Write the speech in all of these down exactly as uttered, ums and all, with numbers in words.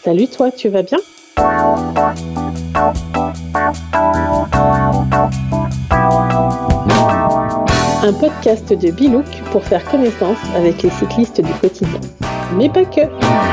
Salut toi, tu vas bien? Un podcast de Bilouk pour faire connaissance avec les cyclistes du quotidien. Mais pas que.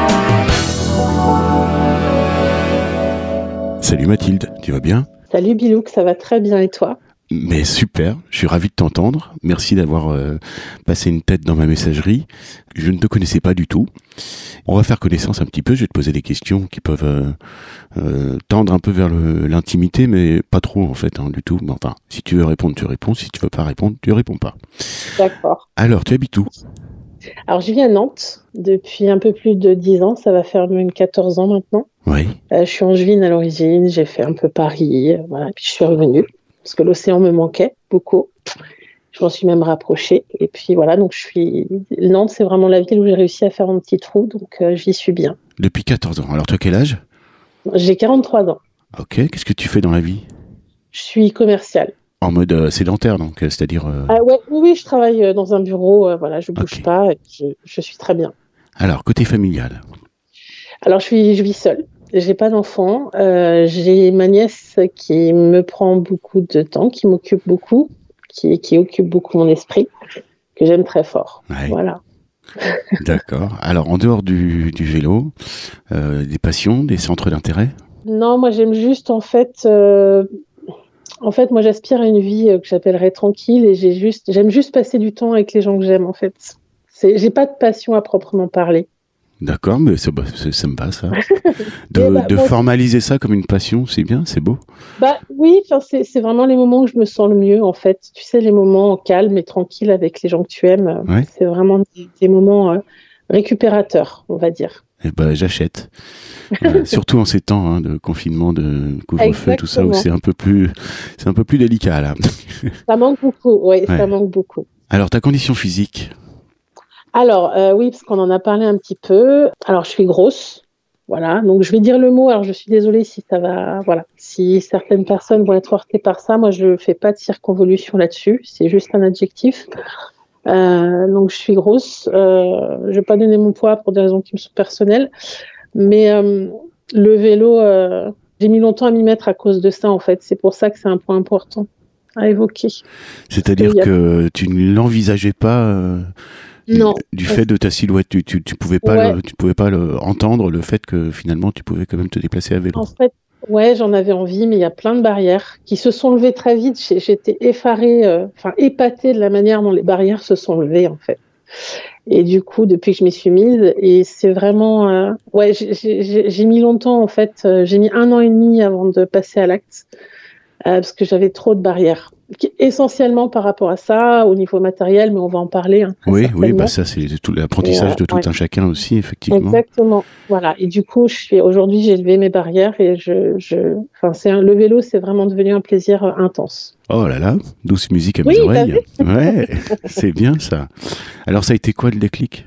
Salut Mathilde, tu vas bien? Salut Bilouk, ça va très bien et toi? Mais super, je suis ravi de t'entendre. Merci d'avoir euh, passé une tête dans ma messagerie. Je ne te connaissais pas du tout. On va faire connaissance un petit peu, je vais te poser des questions qui peuvent euh, euh, tendre un peu vers le, l'intimité, mais pas trop en fait, hein, du tout. Mais enfin, si tu veux répondre, tu réponds. Si tu veux pas répondre, tu réponds pas. D'accord. Alors, tu habites où? Alors, je vis à Nantes depuis un peu plus de dix ans, ça va faire même quatorze ans maintenant. Oui. Euh, je suis angevine à l'origine, j'ai fait un peu Paris, euh, voilà, puis je suis revenue. Parce que l'océan me manquait beaucoup. Je m'en suis même rapprochée. Et puis voilà, donc je suis... Nantes, c'est vraiment la ville où j'ai réussi à faire un petit trou, donc euh, j'y suis bien. Depuis quatorze ans. Alors toi, quel âge? J'ai quarante-trois ans. Ok, qu'est-ce que tu fais dans la vie? Je suis commerciale. En mode euh, sédentaire, donc, euh, c'est-à-dire... Euh... Ah ouais, oui, oui, je travaille euh, dans un bureau, euh, voilà, je bouge Okay. pas, et je, je suis très bien. Alors, côté familial? Alors, je, suis, je vis seule. J'ai pas d'enfant. Euh, j'ai ma nièce qui me prend beaucoup de temps, qui m'occupe beaucoup, qui, qui occupe beaucoup mon esprit, que j'aime très fort. Ouais. Voilà. D'accord. Alors, en dehors du, du vélo, euh, des passions, des centres d'intérêt? Non, moi j'aime juste en fait, euh, en fait, moi j'aspire à une vie euh, que j'appellerais tranquille et j'ai juste, j'aime juste passer du temps avec les gens que j'aime en fait. C'est, j'ai pas de passion à proprement parler. D'accord, mais c'est, bah, c'est, ça me va ça. De, bah, de moi, formaliser ça comme une passion, c'est bien, c'est beau. Bah oui, c'est, c'est vraiment les moments où je me sens le mieux en fait. Tu sais, les moments calmes et tranquilles avec les gens que tu aimes, Ouais. C'est vraiment des, des moments euh, récupérateurs, on va dire. Eh ben, j'achète. Voilà, surtout en ces temps hein, de confinement, de couvre-feu, Exactement. tout ça, où c'est un peu plus, c'est un peu plus délicat là. Ça manque beaucoup, oui, Ouais. ça manque beaucoup. Alors, ta condition physique? Alors, euh, oui, parce qu'on en a parlé un petit peu. Alors, je suis grosse. Voilà. Donc, je vais dire le mot. Alors, je suis désolée si ça va, voilà. Si certaines personnes vont être heurtées par ça. Moi, je fais pas de circonvolution là-dessus. C'est juste un adjectif. Euh, donc, je suis grosse. Euh, je vais pas donner mon poids pour des raisons qui me sont personnelles. Mais, euh, le vélo, euh, j'ai mis longtemps à m'y mettre à cause de ça, en fait. C'est pour ça que c'est un point important à évoquer. C'est-à-dire a... que tu ne l'envisageais pas euh, non. Du fait de ta silhouette, tu, tu, tu pouvais pas, ouais. le, tu pouvais pas le, entendre le fait que finalement tu pouvais quand même te déplacer à vélo. En fait, ouais, j'en avais envie, mais il y a plein de barrières qui se sont levées très vite. J'étais effarée, euh, enfin épatée de la manière dont les barrières se sont levées en fait. Et du coup, depuis que je m'y suis mise, et c'est vraiment, euh, ouais, j'ai, j'ai, j'ai mis longtemps en fait. Euh, j'ai mis un an et demi avant de passer à l'acte euh, parce que j'avais trop de barrières. Essentiellement par rapport à ça, au niveau matériel, mais on va en parler. Hein, très oui, certainement. oui, bah ça c'est tout l'apprentissage euh, de tout ouais. un chacun aussi, effectivement. Exactement. Voilà. Et du coup, je suis aujourd'hui, j'ai levé mes barrières et je, je, enfin, c'est un, le vélo, c'est vraiment devenu un plaisir euh, intense. Oh là là, douce musique à oui, mes oreilles. Ouais, c'est bien ça. Alors, ça a été quoi le déclic?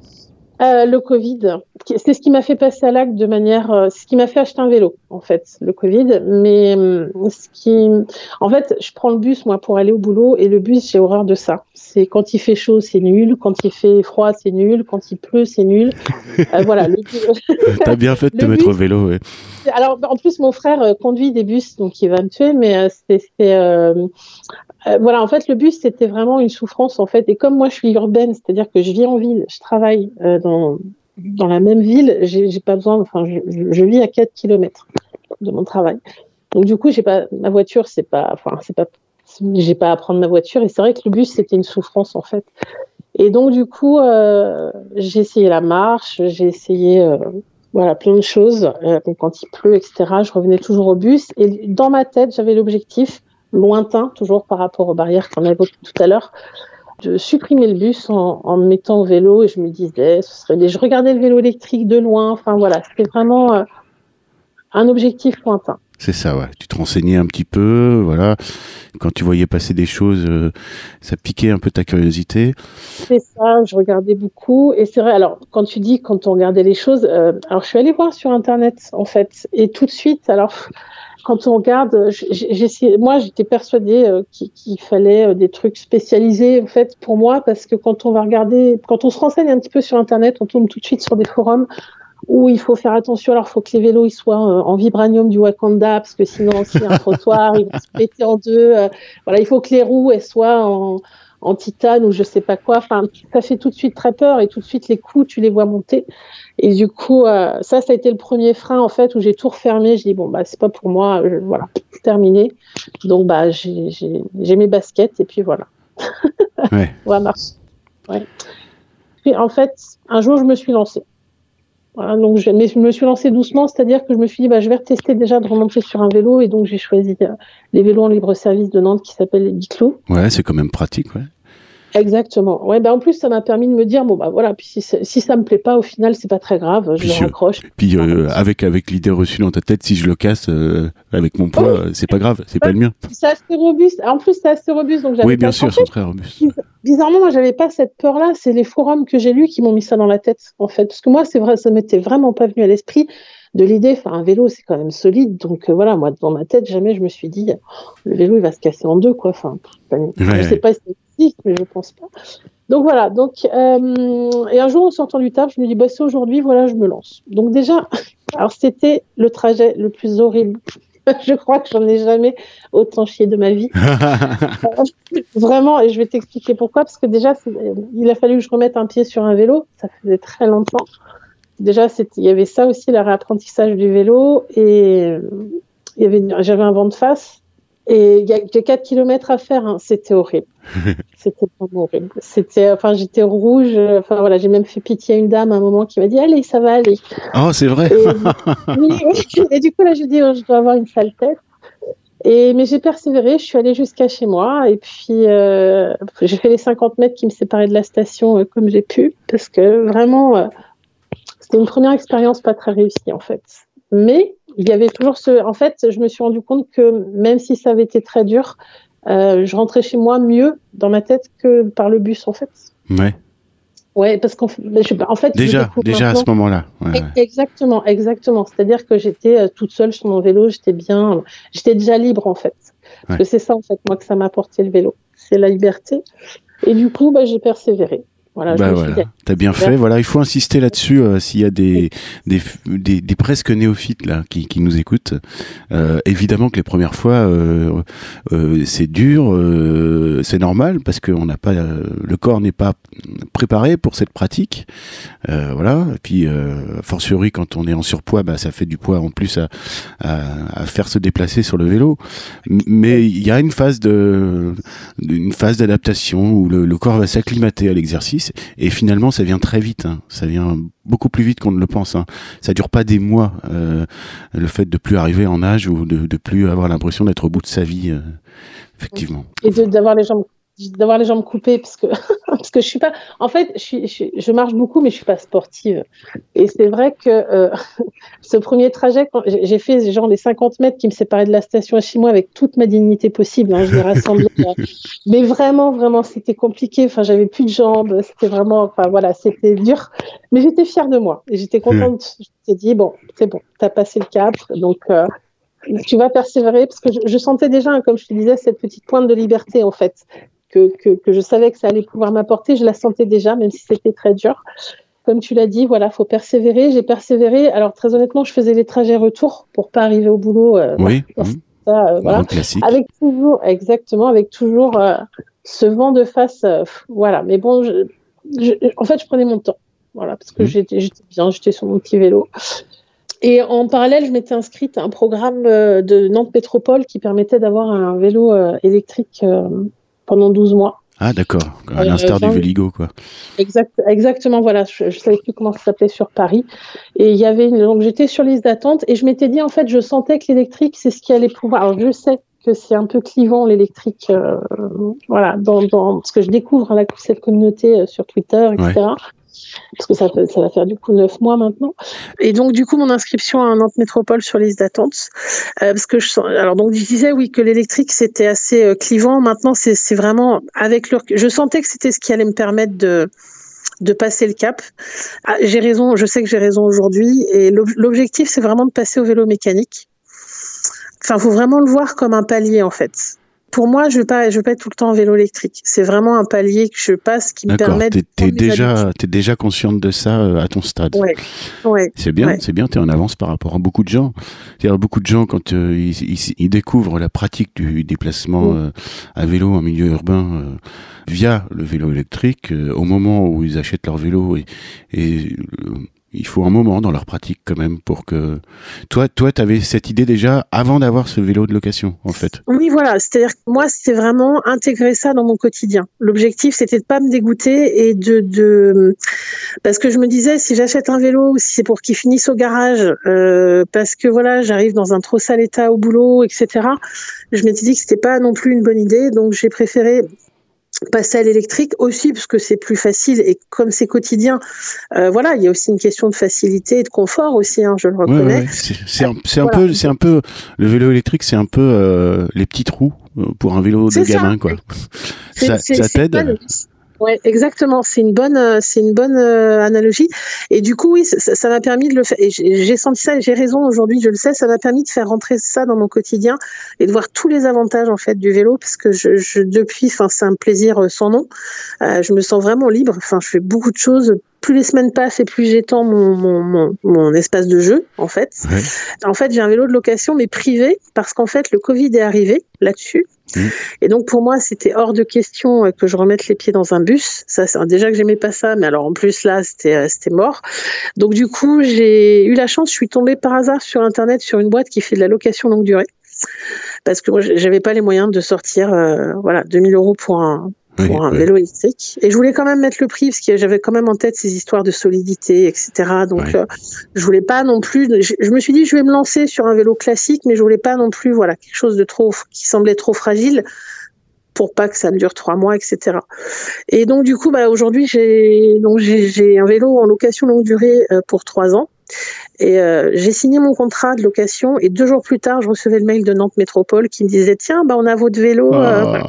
Euh, le Covid, c'est ce qui m'a fait passer à l'acte de manière, euh, ce qui m'a fait acheter un vélo, en fait, le Covid. Mais euh, ce qui, en fait, je prends le bus moi pour aller au boulot et le bus, j'ai horreur de ça. C'est quand il fait chaud, c'est nul. Quand il fait froid, c'est nul. Quand il pleut, c'est nul. Euh, voilà. Le... T'as bien fait de te bus... mettre au vélo. Ouais. Alors, en plus, mon frère euh, conduit des bus, donc il va me tuer, mais euh, c'est, c'est euh... Euh, voilà, en fait, le bus, c'était vraiment une souffrance, en fait. Et comme moi, je suis urbaine, c'est-à-dire que je vis en ville, je travaille euh, dans, dans la même ville, j'ai, j'ai pas besoin, enfin, je, je vis à quatre kilomètres de mon travail. Donc, du coup, j'ai pas, ma voiture, c'est pas, enfin, c'est pas, j'ai pas à prendre ma voiture. Et c'est vrai que le bus, c'était une souffrance, en fait. Et donc, du coup, euh, j'ai essayé la marche, j'ai essayé, euh, voilà, plein de choses. Euh, donc, quand il pleut, et cetera, je revenais toujours au bus. Et dans ma tête, j'avais l'objectif lointain, toujours par rapport aux barrières qu'on a évoquées tout à l'heure, de supprimer le bus en, en me mettant au vélo et je me disais, ce serait des... je regardais le vélo électrique de loin, enfin voilà, c'était vraiment euh, un objectif lointain. C'est ça, ouais. Tu te renseignais un petit peu, voilà. Quand tu voyais passer des choses, euh, ça piquait un peu ta curiosité. C'est ça, je regardais beaucoup. Et c'est vrai, alors, quand tu dis, quand on regardait les choses, euh, alors je suis allée voir sur Internet, en fait, et tout de suite, alors... Quand on regarde, j'ai, j'ai, moi j'étais persuadée euh, qu'il, qu'il fallait euh, des trucs spécialisés en fait pour moi parce que quand on va regarder, quand on se renseigne un petit peu sur Internet, on tombe tout de suite sur des forums où il faut faire attention. Alors, il faut que les vélos ils soient euh, en vibranium du Wakanda, parce que sinon, s'il y a un trottoir, ils vont se péter en deux. Euh, voilà, il faut que les roues elles soient en, en titane ou je sais pas quoi. Enfin, ça fait tout de suite très peur et tout de suite les coups, tu les vois monter. Et du coup, euh, ça, ça a été le premier frein en fait où j'ai tout refermé. Je dis bon bah c'est pas pour moi, je, voilà, terminé. Donc bah j'ai, j'ai, j'ai mes baskets et puis voilà. Ouais. On va marcher. Ouais. Puis en fait, un jour je me suis lancée. Voilà, donc je, mais je me suis lancée doucement, c'est-à-dire que je me suis dit bah je vais retester déjà de remonter sur un vélo et donc j'ai choisi euh, les vélos en libre service de Nantes qui s'appellent les Biclou. Ouais, c'est quand même pratique, ouais. Exactement. Ouais, bah en plus, ça m'a permis de me dire, bon, bah voilà, puis si, si ça me plaît pas, au final, c'est pas très grave, je Puis, le raccroche. Puis euh, avec, avec l'idée reçue dans ta tête, si je le casse euh, avec mon poids, oui. c'est pas grave, c'est pas le mien. C'est assez robuste. En plus, c'est assez robuste. Donc j'avais oui, bien pas... sûr, en c'est fait, très robuste. Bizarrement, moi, j'avais pas cette peur-là. C'est les forums que j'ai lus qui m'ont mis ça dans la tête, en fait. Parce que moi, c'est vrai, ça m'était vraiment pas venu à l'esprit de l'idée, enfin, un vélo, c'est quand même solide. Donc euh, voilà, moi, dans ma tête, jamais je me suis dit, le vélo, il va se casser en deux, quoi. Enfin, ouais, je ouais. sais pas si ça existe, mais je pense pas. Donc voilà, donc, euh, et un jour en sortant du taf, je me dis, bah, c'est aujourd'hui, voilà, je me lance. Donc déjà, alors c'était le trajet le plus horrible. Je crois que j'en ai jamais autant chié de ma vie. Vraiment, et je vais t'expliquer pourquoi, parce que déjà, c'est, il a fallu que je remette un pied sur un vélo, ça faisait très longtemps. Déjà, il y avait ça aussi, le réapprentissage du vélo, et il y avait, j'avais un vent de face. Et il y a quatre kilomètres à faire, hein. C'était horrible. C'était vraiment horrible. C'était, enfin, j'étais rouge. Enfin voilà, j'ai même fait pitié à une dame à un moment qui m'a dit allez, ça va aller. Oh, c'est vrai. Et, oui, oui. Et du coup là, je dis oh, je dois avoir une sale tête. Et mais j'ai persévéré. Je suis allée jusqu'à chez moi et puis euh, j'ai fait les cinquante mètres qui me séparaient de la station euh, comme j'ai pu parce que vraiment euh, c'était une première expérience pas très réussie en fait. Mais il y avait toujours ce. En fait, je me suis rendu compte que même si ça avait été très dur, euh, je rentrais chez moi mieux dans ma tête que par le bus, en fait. Ouais. Ouais, parce qu'en en fait. Déjà, déjà à ce moment-là. Ouais, ouais. Exactement, exactement. C'est-à-dire que j'étais euh, toute seule sur mon vélo, j'étais bien. J'étais déjà libre, en fait. Parce ouais. que c'est ça, en fait, moi, que ça m'a apporté le vélo. C'est la liberté. Et du coup, bah, j'ai persévéré. Voilà, bah voilà, t'as bien fait. Voilà, il faut insister là-dessus euh, s'il y a des, des, des, des presque néophytes là qui, qui nous écoutent. Euh, évidemment que les premières fois, euh, euh, c'est dur, euh, c'est normal parce que on n'a pas, euh, le corps n'est pas préparé pour cette pratique. Euh, voilà. Et puis, euh, fortiori quand on est en surpoids, bah ça fait du poids en plus à, à, à faire se déplacer sur le vélo. Mais il y a une phase de, une phase d'adaptation où le, le corps va s'acclimater à l'exercice. Et finalement, ça vient très vite. Hein. Ça vient beaucoup plus vite qu'on ne le pense. Hein. Ça dure pas des mois. Euh, le fait de plus arriver en âge ou de, de plus avoir l'impression d'être au bout de sa vie, euh, effectivement. Et de, d'avoir les jambes, d'avoir les jambes coupées parce que parce que je suis pas. En fait, je, suis, je, je marche beaucoup, mais je suis pas sportive. Et c'est vrai que euh, ce premier trajet, quand j'ai fait genre les cinquante mètres qui me séparaient de la station à chez moi avec toute ma dignité possible, hein, je les rassemblais. Mais vraiment, vraiment, c'était compliqué. Enfin, j'avais plus de jambes. C'était vraiment, enfin voilà, c'était dur. Mais j'étais fière de moi et j'étais contente. Mmh. Je m'étais dit bon, c'est bon, t'as passé le cap, donc. Euh, tu vas persévérer parce que je, je sentais déjà, comme je te disais, cette petite pointe de liberté en fait que, que, que je savais que ça allait pouvoir m'apporter. Je la sentais déjà, même si c'était très dur. Comme tu l'as dit, voilà, faut persévérer. J'ai persévéré. Alors très honnêtement, je faisais les trajets retour pour pas arriver au boulot. Euh, oui. Voilà, mmh. ça, euh, voilà. Classique. Avec toujours, exactement, avec toujours euh, ce vent de face. Euh, voilà. Mais bon, je, je, en fait, je prenais mon temps. Voilà, parce que mmh. j'étais, j'étais bien, j'étais sur mon petit vélo. Et en parallèle, je m'étais inscrite à un programme de Nantes Métropole qui permettait d'avoir un vélo électrique pendant douze mois. Ah d'accord, à l'instar euh, du Véligo quoi. Exact, exactement, voilà, je ne savais plus comment ça s'appelait sur Paris. Et il y avait une, donc j'étais sur liste d'attente et je m'étais dit en fait, je sentais que l'électrique c'est ce qui allait pouvoir. Alors je sais que c'est un peu clivant l'électrique, euh, voilà, dans, dans ce que je découvre hein, cette communauté euh, sur Twitter, et cetera. Ouais. Parce que ça, ça va faire du coup neuf mois maintenant. Et donc du coup mon inscription à Nantes Métropole sur liste d'attente, euh, parce que je sens, alors donc je disais oui que l'électrique c'était assez euh, clivant. Maintenant c'est, c'est vraiment avec le, je sentais que c'était ce qui allait me permettre de de passer le cap. Ah, j'ai raison, je sais que j'ai raison aujourd'hui. Et l'objectif c'est vraiment de passer au vélo mécanique. Enfin, faut vraiment le voir comme un palier en fait. pour moi, je veux pas, je veux pas être tout le temps en vélo électrique. C'est vraiment un palier que je passe qui me permet de. D'accord, t'es déjà, t'es déjà consciente de ça euh, à ton stade. Ouais, ouais. C'est bien, ouais. c'est bien, t'es en avance par rapport à beaucoup de gens. C'est-à-dire, beaucoup de gens, quand euh, ils, ils, ils découvrent la pratique du déplacement Mmh. euh, à vélo en milieu urbain euh, via le vélo électrique, euh, au moment où ils achètent leur vélo, et, et euh, il faut un moment dans leur pratique quand même pour que... Toi, toi, t'avais cette idée déjà avant d'avoir ce vélo de location, en fait. Oui, voilà. C'est-à-dire que moi, c'était vraiment intégrer ça dans mon quotidien. L'objectif, c'était de pas me dégoûter et de, de, parce que je me disais, si j'achète un vélo, si c'est pour qu'il finisse au garage, euh, parce que voilà, j'arrive dans un trop sale état au boulot, et cetera. Je m'étais dit que c'était pas non plus une bonne idée, donc j'ai préféré passer à l'électrique aussi parce que c'est plus facile et comme c'est quotidien, euh, voilà, il y a aussi une question de facilité et de confort aussi, hein, je le reconnais. Ouais, ouais, c'est, c'est un, c'est voilà. un peu, c'est un peu le vélo électrique, c'est un peu euh, les petits trous pour un vélo c'est de gamin, ça. quoi. C'est, ça, c'est, ça c'est t'aide. Ouais, exactement. C'est une bonne, euh, c'est une bonne euh, analogie. Et du coup, oui, ça, ça m'a permis de le faire. Et j'ai, j'ai senti ça. Et j'ai raison aujourd'hui. Je le sais. Ça m'a permis de faire rentrer ça dans mon quotidien et de voir tous les avantages en fait du vélo, parce que je, je depuis, enfin, c'est un plaisir sans nom. Euh, je me sens vraiment libre. Enfin, je fais beaucoup de choses. Plus les semaines passent et plus j'étends mon, mon, mon, mon espace de jeu, en fait. Ouais. En fait, j'ai un vélo de location, mais privé, parce qu'en fait, le Covid est arrivé là-dessus. Mmh. Et donc, pour moi, c'était hors de question que je remette les pieds dans un bus. Ça, c'est, déjà que j'aimais pas ça, mais alors en plus, là, c'était, c'était mort. Donc, du coup, j'ai eu la chance, je suis tombée par hasard sur Internet sur une boîte qui fait de la location longue durée. Parce que moi, j'avais pas les moyens de sortir, euh, voilà, deux mille euros pour un, pour oui, un oui. vélo électrique. Et je voulais quand même mettre le prix parce que j'avais quand même en tête ces histoires de solidité, et cetera. Donc, oui. euh, je voulais pas non plus. Je, je me suis dit, je vais me lancer sur un vélo classique, mais je voulais pas non plus, voilà, quelque chose de trop qui semblait trop fragile pour pas que ça me dure trois mois, et cetera. Et donc, du coup, bah aujourd'hui, j'ai donc j'ai, j'ai un vélo en location longue durée euh, pour trois ans. Et euh, j'ai signé mon contrat de location et deux jours plus tard, je recevais le mail de Nantes Métropole qui me disait tiens, bah on a votre vélo. Oh. Euh, voilà.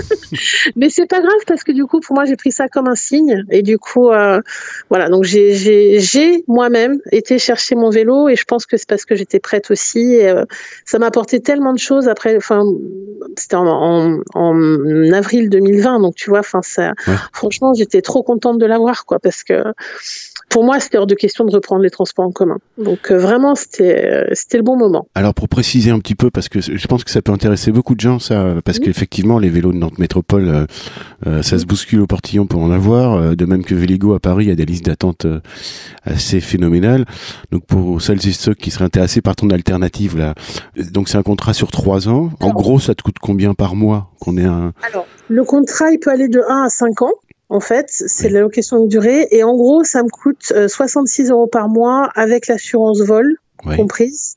Mais c'est pas grave parce que du coup, pour moi, j'ai pris ça comme un signe et du coup, euh, voilà. Donc j'ai, j'ai, j'ai moi-même été chercher mon vélo et je pense que c'est parce que j'étais prête aussi. Et, euh, ça m'a apporté tellement de choses après. Enfin, c'était en, en, en avril deux mille vingt, donc tu vois, enfin ça. Ouais. Franchement, j'étais trop contente de l'avoir, quoi, parce que. Pour moi, c'était hors de question de reprendre les transports en commun. Donc euh, vraiment, c'était, euh, c'était le bon moment. Alors pour préciser un petit peu, parce que je pense que ça peut intéresser beaucoup de gens, ça, parce mmh. qu'effectivement, les vélos de Nantes Métropole, euh, euh, ça mmh. se bouscule au portillon pour en avoir. Euh, de même que Véligo à Paris, il y a des listes d'attente euh, assez phénoménales. Donc pour celles et ceux qui seraient intéressés par ton alternative, là, donc c'est un contrat sur trois ans. En alors, gros, ça te coûte combien par mois qu'on ait un... Alors, le contrat, il peut aller de un à cinq ans. En fait, c'est oui. de la location longue durée. Et en gros, ça me coûte euh, soixante-six euros par mois avec l'assurance vol oui. comprise.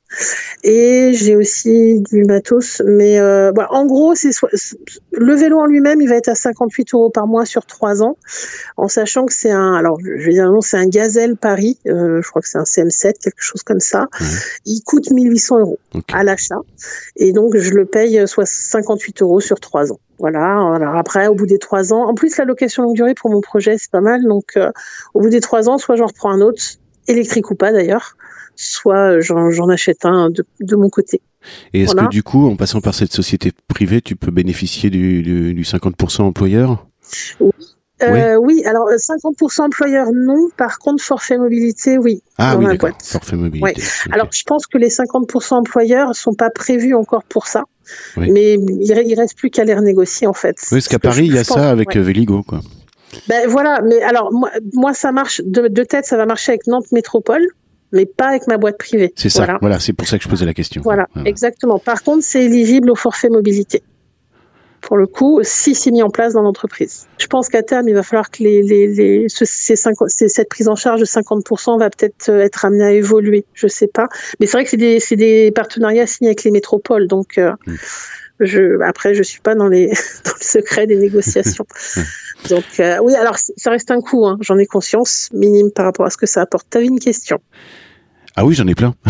Et j'ai aussi du matos. Mais euh, bah, en gros, c'est so- le vélo en lui-même, il va être à cinquante-huit euros par mois sur trois ans. En sachant que c'est un, alors je vais dire non, c'est un Gazelle Paris. Euh, je crois que c'est un C M sept, quelque chose comme ça. Oui. Il coûte mille huit cents euros okay. à l'achat. Et donc, je le paye soit cinquante-huit euros sur trois ans. Voilà. Alors après, au bout des trois ans, en plus la location longue durée pour mon projet, c'est pas mal. Donc, euh, au bout des trois ans, soit j'en reprends un autre, électrique ou pas d'ailleurs, soit j'en, j'en achète un de, de mon côté. Et est-ce voilà. que du coup, en passant par cette société privée, tu peux bénéficier du, du, du cinquante pour cent employeur ? Oui. Euh, oui. oui, alors cinquante pour cent employeur, non. Par contre, forfait mobilité, oui. Ah oui, d'accord. Boîte. Forfait mobilité. Ouais. Okay. Alors, je pense que les cinquante pour cent employeurs ne sont pas prévus encore pour ça. Oui. Mais il ne reste plus qu'à les renégocier, en fait. Oui, parce qu'à Paris, il y a ça avec ouais. Véligo, quoi. Ben voilà, mais alors, moi, moi ça marche, de, de tête, ça va marcher avec Nantes Métropole, mais pas avec ma boîte privée. C'est ça, voilà, voilà c'est pour ça que je posais la question. Voilà, voilà. exactement. Par contre, c'est éligible au forfait mobilité. Pour le coup, si c'est mis en place dans l'entreprise. Je pense qu'à terme, il va falloir que les, les, les, ce, ces cinquante, ces, cette prise en charge de cinquante pour cent va peut-être être amenée à évoluer. Je sais pas. Mais c'est vrai que c'est des, c'est des partenariats signés avec les métropoles. Donc, euh, mmh. je, après, je suis pas dans, les, dans le secret des négociations. Donc, euh, oui, alors, ça reste un coût, hein, j'en ai conscience, minime par rapport à ce que ça apporte. T'avais une question? Ah oui, j'en ai plein.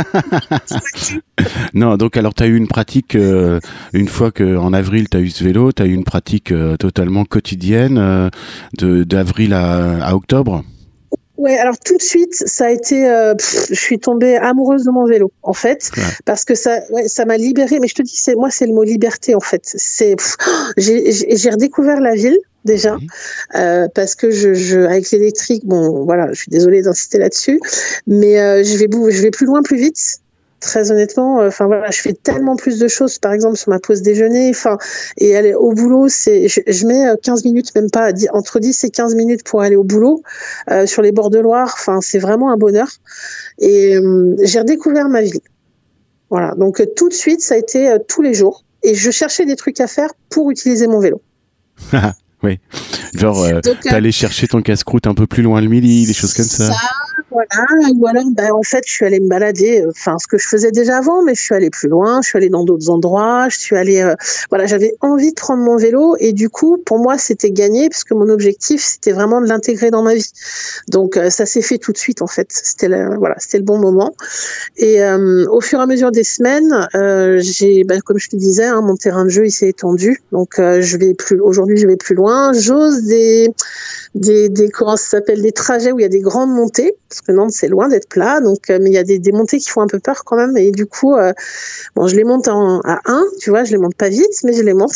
Non, donc alors tu as eu une pratique, euh, une fois qu'en avril tu as eu ce vélo, tu as eu une pratique euh, totalement quotidienne euh, de, d'avril à, à octobre? Ouais, alors tout de suite, ça a été, euh, pff, je suis tombée amoureuse de mon vélo, en fait, ouais. parce que ça, ouais, ça m'a libérée. Mais je te dis, c'est moi, c'est le mot liberté, en fait. C'est, pff, j'ai, j'ai redécouvert la ville déjà, oui. euh, parce que je, je, avec l'électrique, bon, voilà, je suis désolée d'insister là-dessus, mais euh, je vais, je vais plus loin, plus vite. Très honnêtement, enfin euh, voilà, je fais tellement plus de choses, par exemple sur ma pause déjeuner, enfin, et aller au boulot, c'est, je, je mets quinze minutes, même pas, entre dix et quinze minutes pour aller au boulot, euh, sur les bords de Loire, enfin, c'est vraiment un bonheur. Et euh, j'ai redécouvert ma ville. Voilà, donc euh, tout de suite, ça a été euh, tous les jours, et je cherchais des trucs à faire pour utiliser mon vélo. Oui, genre, euh, donc, euh, t'allais chercher ton casse-croûte un peu plus loin le midi, des choses comme ça. ça Voilà, ou alors, ben, en fait, je suis allée me balader, enfin, ce que je faisais déjà avant, mais je suis allée plus loin, je suis allée dans d'autres endroits, je suis allée, euh, voilà, j'avais envie de prendre mon vélo, et du coup, pour moi, c'était gagné, puisque mon objectif, c'était vraiment de l'intégrer dans ma vie. Donc, euh, ça s'est fait tout de suite, en fait. C'était le, voilà, c'était le bon moment. Et euh, au fur et à mesure des semaines, euh, j'ai, ben, comme je te disais, hein, mon terrain de jeu, il s'est étendu. Donc, euh, je vais plus, aujourd'hui, je vais plus loin. J'ose des, des, des, comment ça s'appelle, des trajets où il y a des grandes montées, parce que Nantes, c'est loin d'être plat, donc, euh, mais il y a des, des montées qui font un peu peur quand même, et du coup, euh, bon, je les monte en, à un, tu vois, je les monte pas vite, mais je les monte.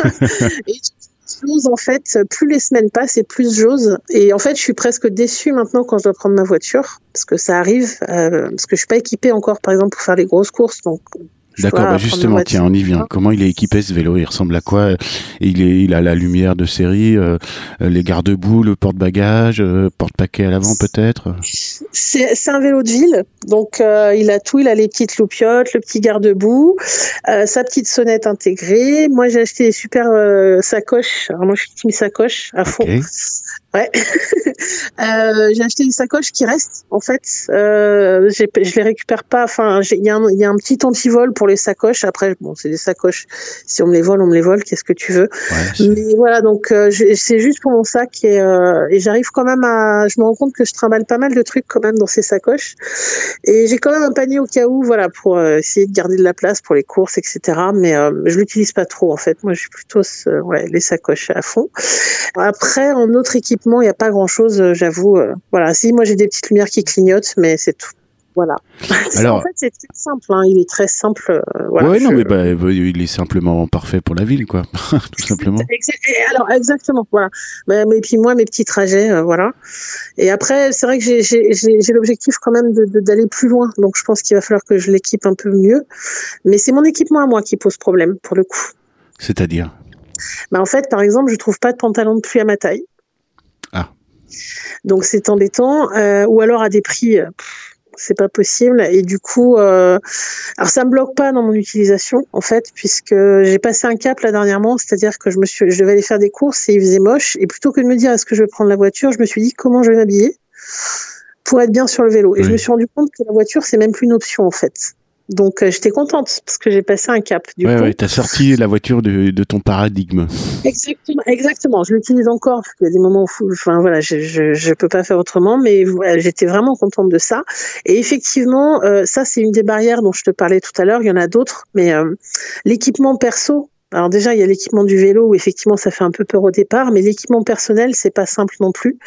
Et j'ose, en fait, plus les semaines passent et plus j'ose, et en fait, je suis presque déçue maintenant quand je dois prendre ma voiture, parce que ça arrive, euh, parce que je suis pas équipée encore, par exemple, pour faire les grosses courses, donc... D'accord, bah justement, tiens, on y vient. Comment il est équipé ce vélo? Il ressemble à quoi? Il est, il a la lumière de série, euh, les garde-boue, le porte-bagages, euh, porte-paquet à l'avant peut-être. C'est, c'est un vélo de ville, donc euh, il a tout. Il a les petites loupiottes, le petit garde-boue, euh, sa petite sonnette intégrée. Moi, j'ai acheté des super euh, sacoches. Alors moi, je suis team sacoche à fond. Okay. Ouais. euh, j'ai acheté des sacoches qui restent, en fait. Euh, j'ai, je les récupère pas. Enfin, il y a un, il y a un petit antivol pour les sacoches. Après, bon, c'est des sacoches. Si on me les vole, on me les vole. Qu'est-ce que tu veux? Ouais, mais voilà, donc euh, je, c'est juste pour mon sac et, euh, et j'arrive quand même à. Je me rends compte que je trimballe pas mal de trucs quand même dans ces sacoches. Et j'ai quand même un panier au cas où, voilà, pour euh, essayer de garder de la place pour les courses, et cetera. Mais euh, je l'utilise pas trop, en fait. Moi, je suis plutôt euh, ouais, les sacoches à fond. Après, en autre équipement, il n'y a pas grand-chose, euh, j'avoue. Euh, voilà, si, moi j'ai des petites lumières qui clignotent, mais c'est tout. Voilà. Alors, en fait, c'est très simple. Hein. Il est très simple. Euh, voilà, ouais, je... non, mais bah, il est simplement parfait pour la ville, quoi. Tout simplement. Alors, exactement. Voilà. Mais, mais puis moi, mes petits trajets, euh, voilà. Et après, c'est vrai que j'ai, j'ai, j'ai, j'ai l'objectif quand même de, de, d'aller plus loin. Donc, je pense qu'il va falloir que je l'équipe un peu mieux. Mais c'est mon équipement à moi qui pose problème, pour le coup. C'est-à-dire? Bah, en fait, par exemple, je trouve pas de pantalon de pluie à ma taille. Ah. Donc, c'est embêtant. Euh, ou alors à des prix... Euh, pff, c'est pas possible et du coup euh, alors ça me bloque pas dans mon utilisation en fait puisque j'ai passé un cap là dernièrement, c'est-à-dire que je me suis je devais aller faire des courses et il faisait moche et plutôt que de me dire est-ce que je vais prendre la voiture, je me suis dit comment je vais m'habiller pour être bien sur le vélo et oui. Je me suis rendu compte que la voiture c'est même plus une option en fait. Donc euh, j'étais contente parce que j'ai passé un cap. Du ouais, coup. ouais, t'as sorti la voiture de, de ton paradigme. Exactement, exactement. Je l'utilise encore parce qu'il y a des moments où, enfin voilà, je je je peux pas faire autrement, mais voilà, j'étais vraiment contente de ça. Et effectivement, euh, ça c'est une des barrières dont je te parlais tout à l'heure. Il y en a d'autres, mais euh, l'équipement perso. Alors déjà, il y a l'équipement du vélo où effectivement ça fait un peu peur au départ, mais l'équipement personnel, c'est pas simple non plus.